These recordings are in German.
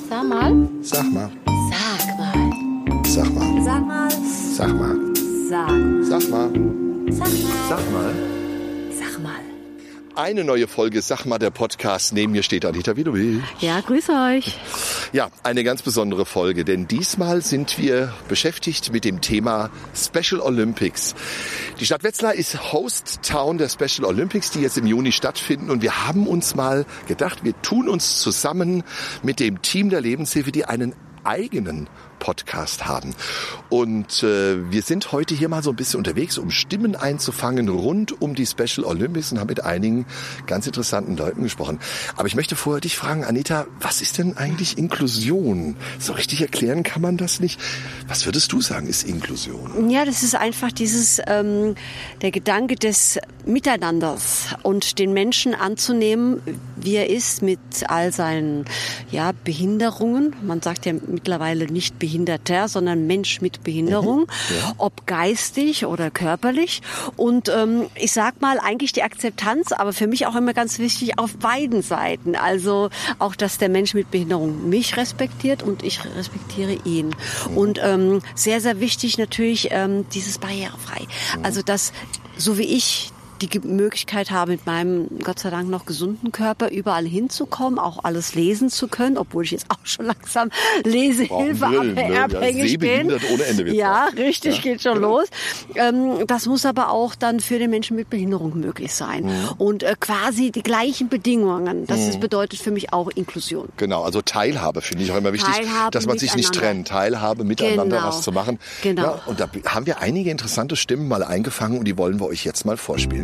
Sag mal. Sag mal. Sag mal. Sag mal. Sag mal. Sag mal. Sag. Sag mal. Sag mal. Sag mal. Sag mal. Eine neue Folge Sag mal, der Podcast. Neben mir steht Anita Widovic. Ja, grüß euch. Ja, eine ganz besondere Folge, denn diesmal sind wir beschäftigt mit dem Thema Special Olympics. Die Stadt Wetzlar ist Host Town der Special Olympics, die jetzt im Juni stattfinden. Und wir haben uns mal gedacht, wir tun uns zusammen mit dem Team der Lebenshilfe, die einen eigenen Podcast haben. Und wir sind heute hier mal so ein bisschen unterwegs, um Stimmen einzufangen rund um die Special Olympics und haben mit einigen ganz interessanten Leuten gesprochen. Aber ich möchte vorher dich fragen, Anita, was ist denn eigentlich Inklusion? So richtig erklären kann man das nicht. Was würdest du sagen, ist Inklusion? Ja, das ist einfach dieses, der Gedanke des Miteinanders und den Menschen anzunehmen, wie er ist mit all seinen Behinderungen. Man sagt ja mittlerweile nicht Behinderter, sondern Mensch mit Behinderung, ob geistig oder körperlich. Und ich sag mal, eigentlich die Akzeptanz, aber für mich auch immer ganz wichtig auf beiden Seiten. Also auch, dass der Mensch mit Behinderung mich respektiert und ich respektiere ihn. Und sehr, sehr wichtig natürlich dieses barrierefrei. Also dass, so wie ich die Möglichkeit habe, mit meinem Gott sei Dank noch gesunden Körper überall hinzukommen, auch alles lesen zu können, obwohl ich jetzt auch schon langsam Lesehilfe abhängig bin. Ohne Ende wird's richtig, geht schon los. Das muss aber auch dann für den Menschen mit Behinderung möglich sein. Und quasi die gleichen Bedingungen. Das bedeutet für mich auch Inklusion. Genau, also Teilhabe finde ich auch immer wichtig, dass man sich nicht trennt. Teilhabe, miteinander was zu machen. Genau. Ja, und da haben wir einige interessante Stimmen mal eingefangen und die wollen wir euch jetzt mal vorspielen.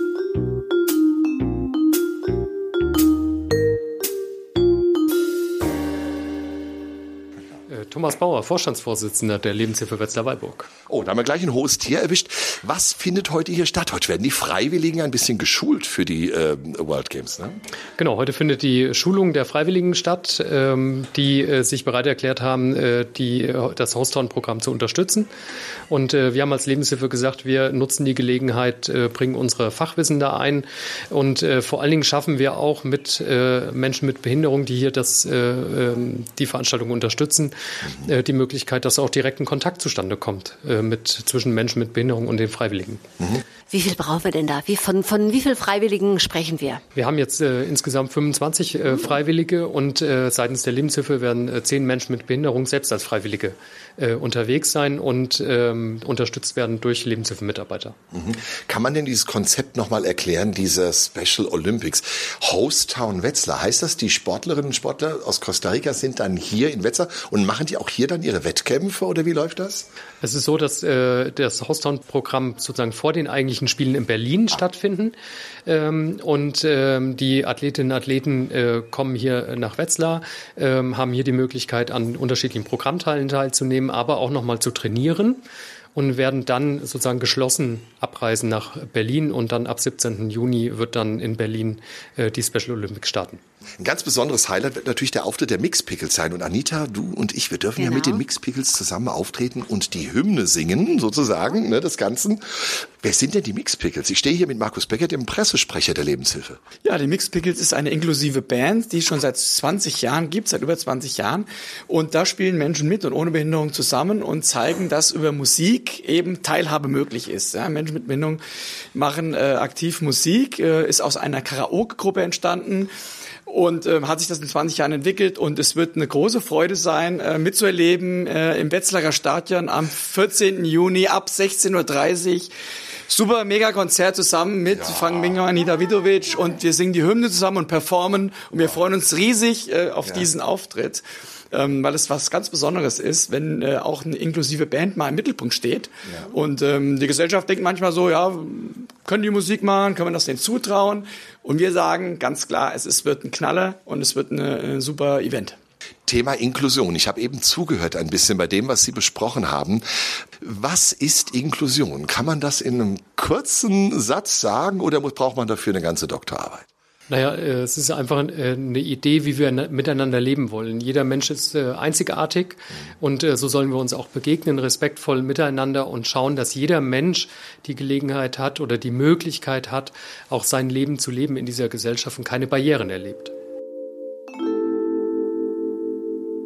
Thomas Bauer, Vorstandsvorsitzender der Lebenshilfe Wetzlar-Weilburg. Oh, da haben wir gleich ein hohes Tier erwischt. Was findet heute hier statt? Heute werden die Freiwilligen ein bisschen geschult für die World Games, ne? Genau, heute findet die Schulung der Freiwilligen statt, die sich bereit erklärt haben, das Host-Town-Programm zu unterstützen. Und wir haben als Lebenshilfe gesagt, wir nutzen die Gelegenheit, bringen unsere Fachwissen da ein. Und vor allen Dingen schaffen wir auch mit Menschen mit Behinderung, die hier die Veranstaltung unterstützen, die Möglichkeit, dass auch direkt ein Kontakt zustande kommt zwischen Menschen mit Behinderung und den Freiwilligen. Wie viel brauchen wir denn da? Von wie vielen Freiwilligen sprechen wir? Wir haben jetzt insgesamt 25 Freiwillige und seitens der Lebenshilfe werden 10 Menschen mit Behinderung selbst als Freiwillige unterwegs sein und unterstützt werden durch Lebenshilfemitarbeiter. Kann man denn dieses Konzept nochmal erklären, dieser Special Olympics? Host Town Wetzlar, heißt das, die Sportlerinnen und Sportler aus Costa Rica sind dann hier in Wetzlar und machen die auch hier dann ihre Wettkämpfe oder wie läuft das? Es ist so, dass das Host Town-Programm sozusagen vor den eigentlichen Spielen in Berlin stattfinden und die Athletinnen und Athleten kommen hier nach Wetzlar, haben hier die Möglichkeit, an unterschiedlichen Programmteilen teilzunehmen, aber auch nochmal zu trainieren und werden dann sozusagen geschlossen abreisen nach Berlin und dann ab 17. Juni wird dann in Berlin die Special Olympics starten. Ein ganz besonderes Highlight wird natürlich der Auftritt der Mixpickles sein. Und Anita, du und ich, wir dürfen ja mit den Mixpickles zusammen auftreten und die Hymne singen, sozusagen, des Ganzen. Wer sind denn die Mixpickles? Ich stehe hier mit Markus Becker, dem Pressesprecher der Lebenshilfe. Ja, die Mixpickles ist eine inklusive Band, die es schon seit 20 Jahren gibt, seit über 20 Jahren. Und da spielen Menschen mit und ohne Behinderung zusammen und zeigen, dass über Musik eben Teilhabe möglich ist. Ja, Menschen mit Behinderung machen aktiv Musik, ist aus einer Karaoke-Gruppe entstanden. Und hat sich das in 20 Jahren entwickelt und es wird eine große Freude sein, mitzuerleben im Wetzlarer Stadion am 14. Juni ab 16:30 Uhr. Super Mega-Konzert zusammen mit Frank Minger, Anita Widovic und wir singen die Hymne zusammen und performen und wir freuen uns riesig auf diesen Auftritt. Weil es was ganz Besonderes ist, wenn auch eine inklusive Band mal im Mittelpunkt steht. Ja. Und die Gesellschaft denkt manchmal so, können die Musik machen, kann man das denen zutrauen? Und wir sagen ganz klar, wird ein Knaller und es wird ein super Event. Thema Inklusion. Ich habe eben zugehört ein bisschen bei dem, was Sie besprochen haben. Was ist Inklusion? Kann man das in einem kurzen Satz sagen oder braucht man dafür eine ganze Doktorarbeit? Naja, es ist einfach eine Idee, wie wir miteinander leben wollen. Jeder Mensch ist einzigartig und so sollen wir uns auch begegnen, respektvoll miteinander und schauen, dass jeder Mensch die Gelegenheit hat oder die Möglichkeit hat, auch sein Leben zu leben in dieser Gesellschaft und keine Barrieren erlebt.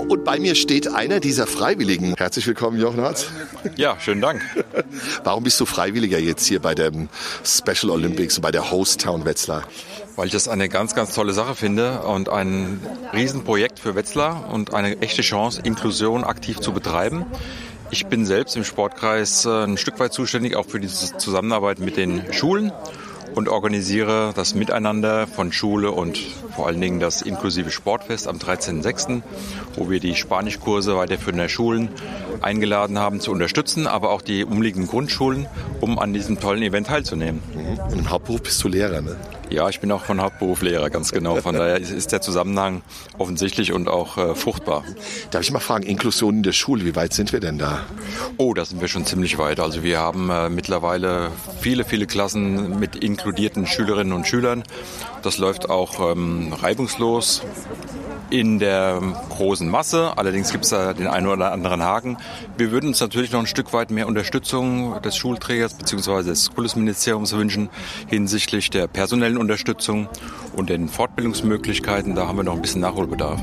Und bei mir steht einer dieser Freiwilligen. Herzlich willkommen, Jochen Hartz. Ja, schönen Dank. Warum bist du Freiwilliger jetzt hier bei dem Special Olympics, bei der Host Town Wetzlar? Weil ich das eine ganz, ganz tolle Sache finde und ein Riesenprojekt für Wetzlar und eine echte Chance, Inklusion aktiv zu betreiben. Ich bin selbst im Sportkreis ein Stück weit zuständig, auch für diese Zusammenarbeit mit den Schulen und organisiere das Miteinander von Schule und vor allen Dingen das inklusive Sportfest am 13.06., wo wir die Spanischkurse weiterführender Schulen eingeladen haben zu unterstützen, aber auch die umliegenden Grundschulen, um an diesem tollen Event teilzunehmen. Und im Hauptberuf bist du Lehrer, ne? Ja, ich bin auch von Hauptberuf Lehrer, ganz genau. Von daher ist der Zusammenhang offensichtlich und auch fruchtbar. Darf ich mal fragen, Inklusion in der Schule, wie weit sind wir denn da? Oh, da sind wir schon ziemlich weit. Also wir haben mittlerweile viele, viele Klassen mit inkludierten Schülerinnen und Schülern. Das läuft auch reibungslos in der großen Masse. Allerdings gibt es da den einen oder anderen Haken. Wir würden uns natürlich noch ein Stück weit mehr Unterstützung des Schulträgers bzw. des Kultusministeriums wünschen hinsichtlich der personellen Unterstützung und den Fortbildungsmöglichkeiten. Da haben wir noch ein bisschen Nachholbedarf.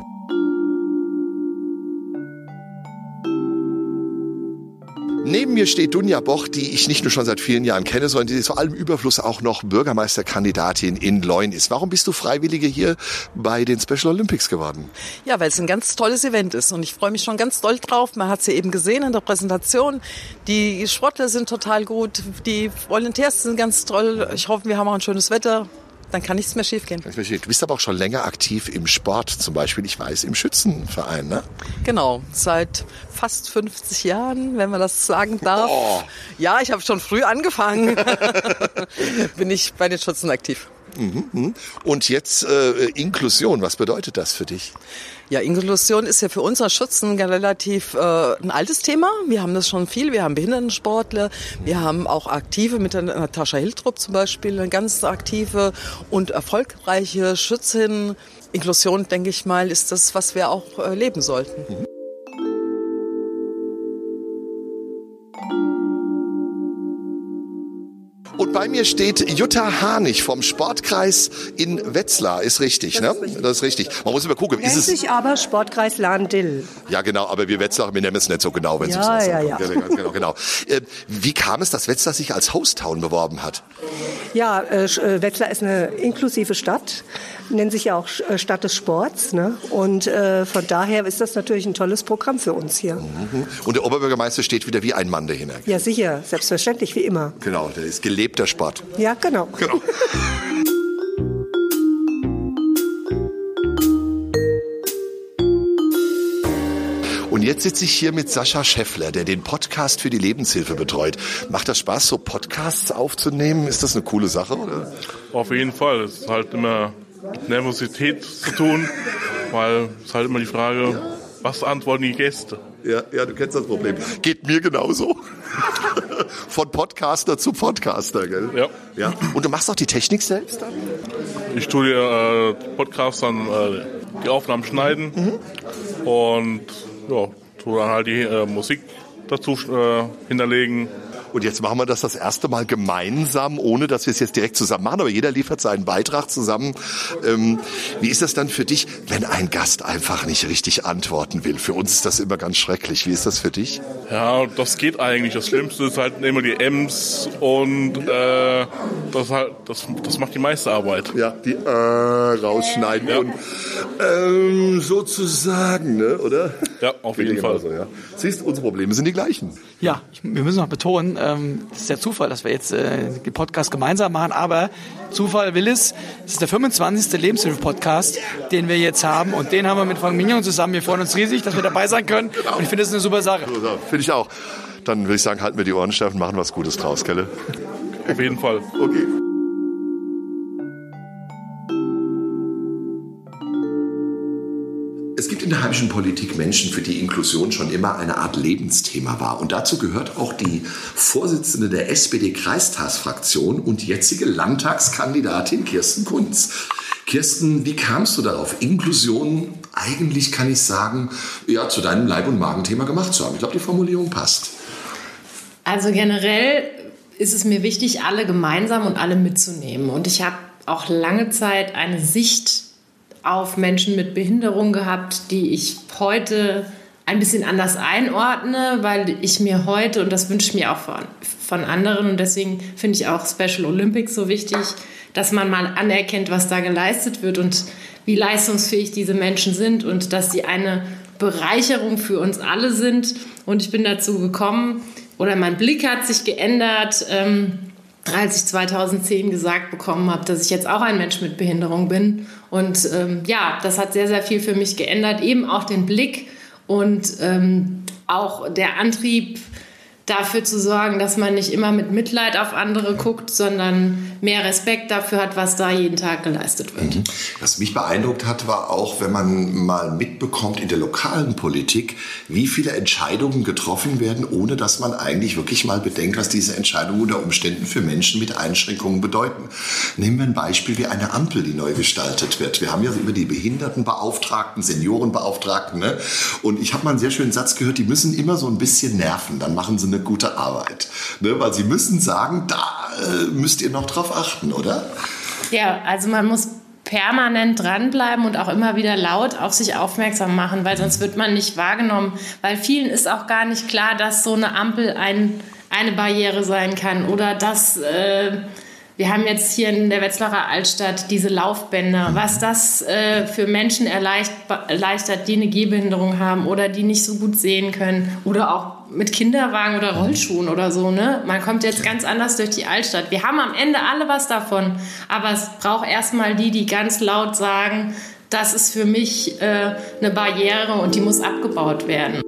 Neben mir steht Dunja Boch, die ich nicht nur schon seit vielen Jahren kenne, sondern die vor allem Überfluss auch noch Bürgermeisterkandidatin in Leun ist. Warum bist du Freiwillige hier bei den Special Olympics geworden? Ja, weil es ein ganz tolles Event ist und ich freue mich schon ganz doll drauf. Man hat es ja eben gesehen in der Präsentation. Die Sportler sind total gut, die Volunteers sind ganz toll. Ich hoffe, wir haben auch ein schönes Wetter. Dann kann nichts mehr schiefgehen. Du bist aber auch schon länger aktiv im Sport, zum Beispiel, ich weiß, im Schützenverein, ne? Genau, seit fast 50 Jahren, wenn man das sagen darf. Oh. Ja, ich habe schon früh angefangen, bin ich bei den Schützen aktiv. Und jetzt Inklusion, was bedeutet das für dich? Ja, Inklusion ist ja für uns als Schützen relativ ein altes Thema. Wir haben das schon viel. Wir haben Behindertensportler, wir haben auch Aktive mit der Natascha Hiltrup zum Beispiel, eine ganz aktive und erfolgreiche Schützin. Inklusion, denke ich mal, ist das, was wir auch leben sollten. Und bei mir steht Jutta Harnig vom Sportkreis in Wetzlar. Ist richtig, ne? Das ist richtig. Man muss immer gucken. Nennt sich aber Sportkreis Lahn-Dill. Ja, genau. Aber wir Wetzlar, wir nennen es nicht so genau, wenn es Ja. Genau. Wie kam es, dass Wetzlar sich als Host Town beworben hat? Ja, Wetzlar ist eine inklusive Stadt, nennt sich ja auch Stadt des Sports, ne? Und von daher ist das natürlich ein tolles Programm für uns hier. Und der Oberbürgermeister steht wieder wie ein Mann dahinter. Ja, sicher, selbstverständlich, wie immer. Genau, der ist gelebter Sport. Ja, genau. Und jetzt sitze ich hier mit Sascha Schäffler, der den Podcast für die Lebenshilfe betreut. Macht das Spaß, so Podcasts aufzunehmen? Ist das eine coole Sache, oder? Auf jeden Fall. Es ist halt immer mit Nervosität zu tun, weil es halt immer die Frage, was antworten die Gäste? Ja, du kennst das Problem. Geht mir genauso. Von Podcaster zu Podcaster, gell? Ja. Und du machst auch die Technik selbst dann? Ich tue die Podcasts dann die Aufnahmen schneiden und tue dann halt die Musik dazu hinterlegen. Und jetzt machen wir das erste Mal gemeinsam, ohne dass wir es jetzt direkt zusammen machen, aber jeder liefert seinen Beitrag zusammen. Wie ist das dann für dich, wenn ein Gast einfach nicht richtig antworten will? Für uns ist das immer ganz schrecklich. Wie ist das für dich? Ja, das geht eigentlich. Das Schlimmste ist halt immer die Ems und das macht die meiste Arbeit. Ja, die rausschneiden und sozusagen, ne, oder? Ja, auf jeden Fall. So, ja. Siehst, unsere Probleme sind die gleichen. Ja, wir müssen noch betonen, das ist der Zufall, dass wir jetzt den Podcast gemeinsam machen, aber Zufall will es ist der 25. Lebenshilfe-Podcast, den wir jetzt haben und den haben wir mit Frank Mignon zusammen. Wir freuen uns riesig, dass wir dabei sein können und ich finde, das ist eine super Sache. Finde ich auch. Dann würde ich sagen, halten wir die Ohren steif und machen was Gutes draus, gell? Auf jeden Fall. Okay. Es gibt in der heimischen Politik Menschen, für die Inklusion schon immer eine Art Lebensthema war. Und dazu gehört auch die Vorsitzende der SPD-Kreistagsfraktion und jetzige Landtagskandidatin Kirsten Kunz. Kirsten, wie kamst du darauf, Inklusion, eigentlich kann ich sagen, ja, zu deinem Leib- und Magenthema gemacht zu haben? Ich glaube, die Formulierung passt. Also generell ist es mir wichtig, alle gemeinsam und alle mitzunehmen. Und ich habe auch lange Zeit eine Sicht auf Menschen mit Behinderung gehabt, die ich heute ein bisschen anders einordne, weil ich mir heute, und das wünsche ich mir auch von anderen, und deswegen finde ich auch Special Olympics so wichtig, dass man mal anerkennt, was da geleistet wird und wie leistungsfähig diese Menschen sind und dass sie eine Bereicherung für uns alle sind. Und ich bin dazu gekommen, oder mein Blick hat sich geändert, als ich 2010 gesagt bekommen habe, dass ich jetzt auch ein Mensch mit Behinderung bin. Und das hat sehr, sehr viel für mich geändert. Eben auch den Blick und auch der Antrieb, dafür zu sorgen, dass man nicht immer mit Mitleid auf andere guckt, sondern mehr Respekt dafür hat, was da jeden Tag geleistet wird. Was mich beeindruckt hat, war auch, wenn man mal mitbekommt in der lokalen Politik, wie viele Entscheidungen getroffen werden, ohne dass man eigentlich wirklich mal bedenkt, was diese Entscheidungen unter Umständen für Menschen mit Einschränkungen bedeuten. Nehmen wir ein Beispiel wie eine Ampel, die neu gestaltet wird. Wir haben ja über die Behindertenbeauftragten, Seniorenbeauftragten, ne? Und ich habe mal einen sehr schönen Satz gehört, die müssen immer so ein bisschen nerven, dann machen sie eine gute Arbeit. Ne? Weil sie müssen sagen, da müsst ihr noch drauf achten, oder? Ja, also man muss permanent dranbleiben und auch immer wieder laut auf sich aufmerksam machen, weil sonst wird man nicht wahrgenommen. Weil vielen ist auch gar nicht klar, dass so eine Ampel eine Barriere sein kann oder dass... wir haben jetzt hier in der Wetzlarer Altstadt diese Laufbänder, was das für Menschen erleichtert, die eine Gehbehinderung haben oder die nicht so gut sehen können oder auch mit Kinderwagen oder Rollschuhen oder so. Ne? Man kommt jetzt ganz anders durch die Altstadt. Wir haben am Ende alle was davon, aber es braucht erstmal die ganz laut sagen, das ist für mich eine Barriere und die muss abgebaut werden.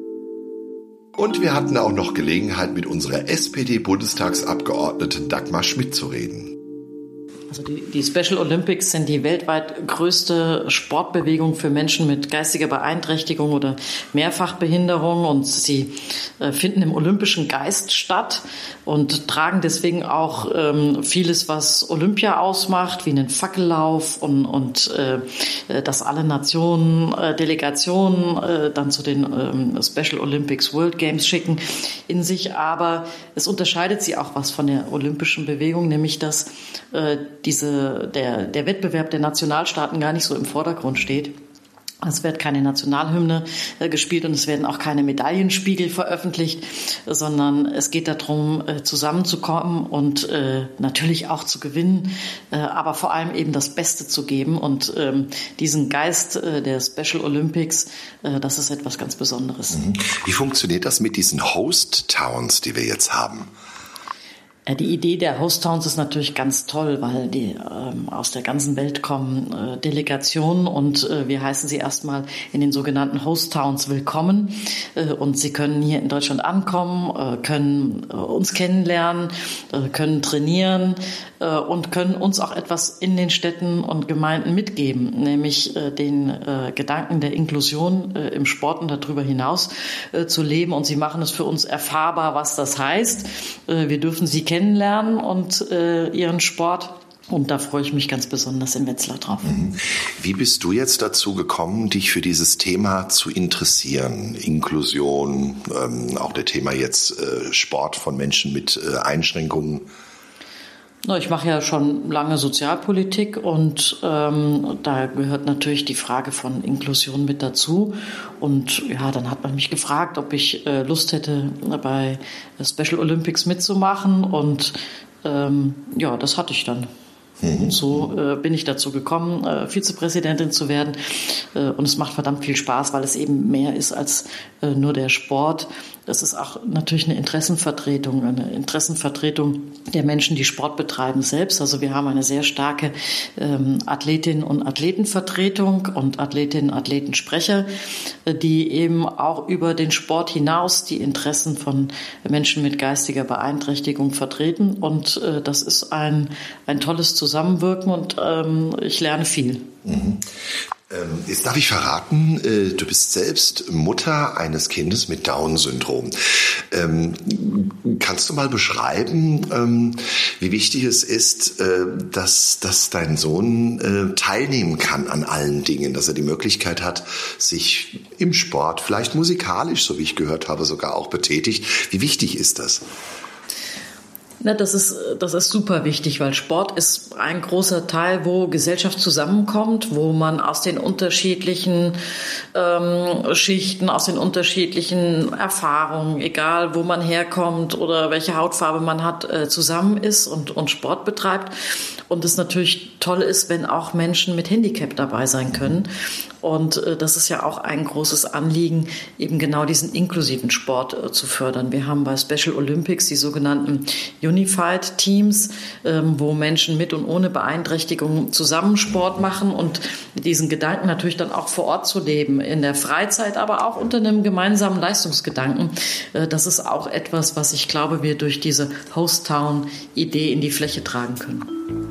Und wir hatten auch noch Gelegenheit, mit unserer SPD-Bundestagsabgeordneten Dagmar Schmidt zu reden. Also die Special Olympics sind die weltweit größte Sportbewegung für Menschen mit geistiger Beeinträchtigung oder Mehrfachbehinderung und sie finden im olympischen Geist statt und tragen deswegen auch vieles, was Olympia ausmacht, wie einen Fackellauf und dass alle Nationen, Delegationen dann zu den Special Olympics World Games schicken in sich. Aber es unterscheidet sie auch was von der olympischen Bewegung, nämlich dass der Wettbewerb der Nationalstaaten gar nicht so im Vordergrund steht. Es wird keine Nationalhymne gespielt und es werden auch keine Medaillenspiegel veröffentlicht, sondern es geht darum, zusammenzukommen und natürlich auch zu gewinnen, aber vor allem eben das Beste zu geben. Und diesen Geist der Special Olympics, das ist etwas ganz Besonderes. Wie funktioniert das mit diesen Host Towns, die wir jetzt haben? Die Idee der Host Towns ist natürlich ganz toll, weil die aus der ganzen Welt kommen Delegationen und wir heißen sie erstmal in den sogenannten Host Towns willkommen und sie können hier in Deutschland ankommen, können uns kennenlernen, können trainieren und können uns auch etwas in den Städten und Gemeinden mitgeben, nämlich den Gedanken der Inklusion im Sport und darüber hinaus zu leben und sie machen es für uns erfahrbar, was das heißt. Wir dürfen sie kennenlernen und ihren Sport. Und da freue ich mich ganz besonders in Wetzlar drauf. Wie bist du jetzt dazu gekommen, dich für dieses Thema zu interessieren? Inklusion, auch der Thema jetzt Sport von Menschen mit Einschränkungen. Ich mache ja schon lange Sozialpolitik und da gehört natürlich die Frage von Inklusion mit dazu. Und ja, dann hat man mich gefragt, ob ich Lust hätte, bei Special Olympics mitzumachen. Und ja, das hatte ich dann. Und so bin ich dazu gekommen, Vizepräsidentin zu werden. Und es macht verdammt viel Spaß, weil es eben mehr ist als nur der Sport. Das ist auch natürlich eine Interessenvertretung der Menschen, die Sport betreiben selbst. Also wir haben eine sehr starke Athletinnen- und Athletenvertretung und Athletinnen- und Athletensprecher, die eben auch über den Sport hinaus die Interessen von Menschen mit geistiger Beeinträchtigung vertreten. Und das ist ein tolles Zusammenwirken und ich lerne viel. Jetzt darf ich verraten, du bist selbst Mutter eines Kindes mit Down-Syndrom. Kannst du mal beschreiben, wie wichtig es ist, dass dein Sohn teilnehmen kann an allen Dingen, dass er die Möglichkeit hat, sich im Sport, vielleicht musikalisch, so wie ich gehört habe, sogar auch betätigt. Wie wichtig ist das? Na, das ist super wichtig, weil Sport ist ein großer Teil, wo Gesellschaft zusammenkommt, wo man aus den unterschiedlichen Schichten, aus den unterschiedlichen Erfahrungen, egal wo man herkommt oder welche Hautfarbe man hat, zusammen ist und Sport betreibt. Und es natürlich toll ist, wenn auch Menschen mit Handicap dabei sein können. Und das ist ja auch ein großes Anliegen, eben genau diesen inklusiven Sport zu fördern. Wir haben bei Special Olympics die sogenannten Unified Teams, wo Menschen mit und ohne Beeinträchtigung zusammen Sport machen und diesen Gedanken natürlich dann auch vor Ort zu leben, in der Freizeit, aber auch unter einem gemeinsamen Leistungsgedanken. Das ist auch etwas, was ich glaube, wir durch diese Host-Town-Idee in die Fläche tragen können.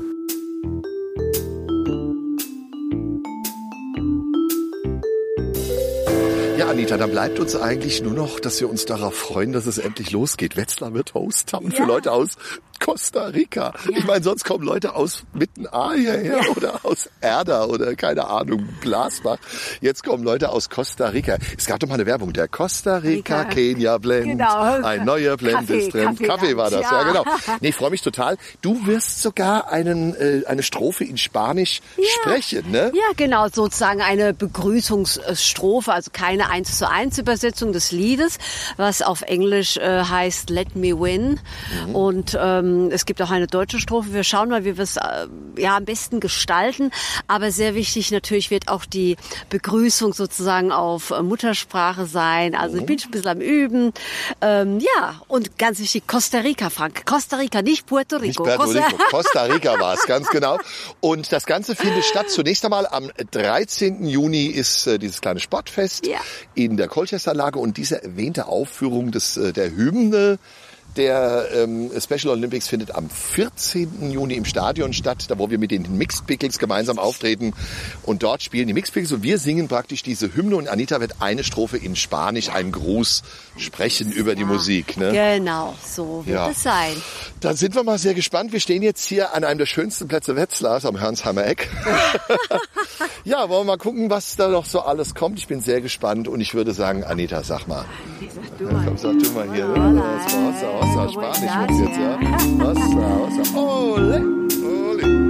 Ja, Anita, dann bleibt uns eigentlich nur noch, dass wir uns darauf freuen, dass es endlich losgeht. Wetzlar wird Host Town für Leute aus Costa Rica. Ja. Ich meine, sonst kommen Leute aus Mitten-A hierher oder aus Erda oder keine Ahnung, Glasbach. Jetzt kommen Leute aus Costa Rica. Es gab doch mal eine Werbung, der Costa Rica Kenia Blend. Genau. Ein neuer Blend ist drin. Kaffee war das, ja genau. Nee, ich freue mich total. Du wirst sogar eine Strophe in Spanisch sprechen, ne? Ja, genau, sozusagen eine Begrüßungsstrophe, also keine 1:1 Übersetzung des Liedes, was auf Englisch heißt Let Me Win. Und es gibt auch eine deutsche Strophe. Wir schauen mal, wie wir es am besten gestalten. Aber sehr wichtig natürlich wird auch die Begrüßung sozusagen auf Muttersprache sein. Also ich bin schon ein bisschen am Üben. Und ganz wichtig, Costa Rica, Frank. Costa Rica, nicht Puerto Rico. Nicht Puerto Rico. Costa Rica war es, ganz genau. Und das Ganze findet statt zunächst einmal am 13. Juni ist dieses kleine Sportfest in der Colchester-Anlage und diese erwähnte Aufführung der Hymne der Special Olympics findet am 14. Juni im Stadion statt, da wo wir mit den Mixed Pickles gemeinsam auftreten und dort spielen die Mixed Pickles und wir singen praktisch diese Hymne und Anita wird eine Strophe in Spanisch, einen Gruß sprechen über die Musik. Ne? Genau, so wird es sein. Dann sind wir mal sehr gespannt. Wir stehen jetzt hier an einem der schönsten Plätze Wetzlars am Hörnsheimer Eck. Ja, wollen wir mal gucken, was da noch so alles kommt. Ich bin sehr gespannt und ich würde sagen, Anita, sag mal. Sag du mal hier. Spanisch wird's jetzt, ja. Ole, ole.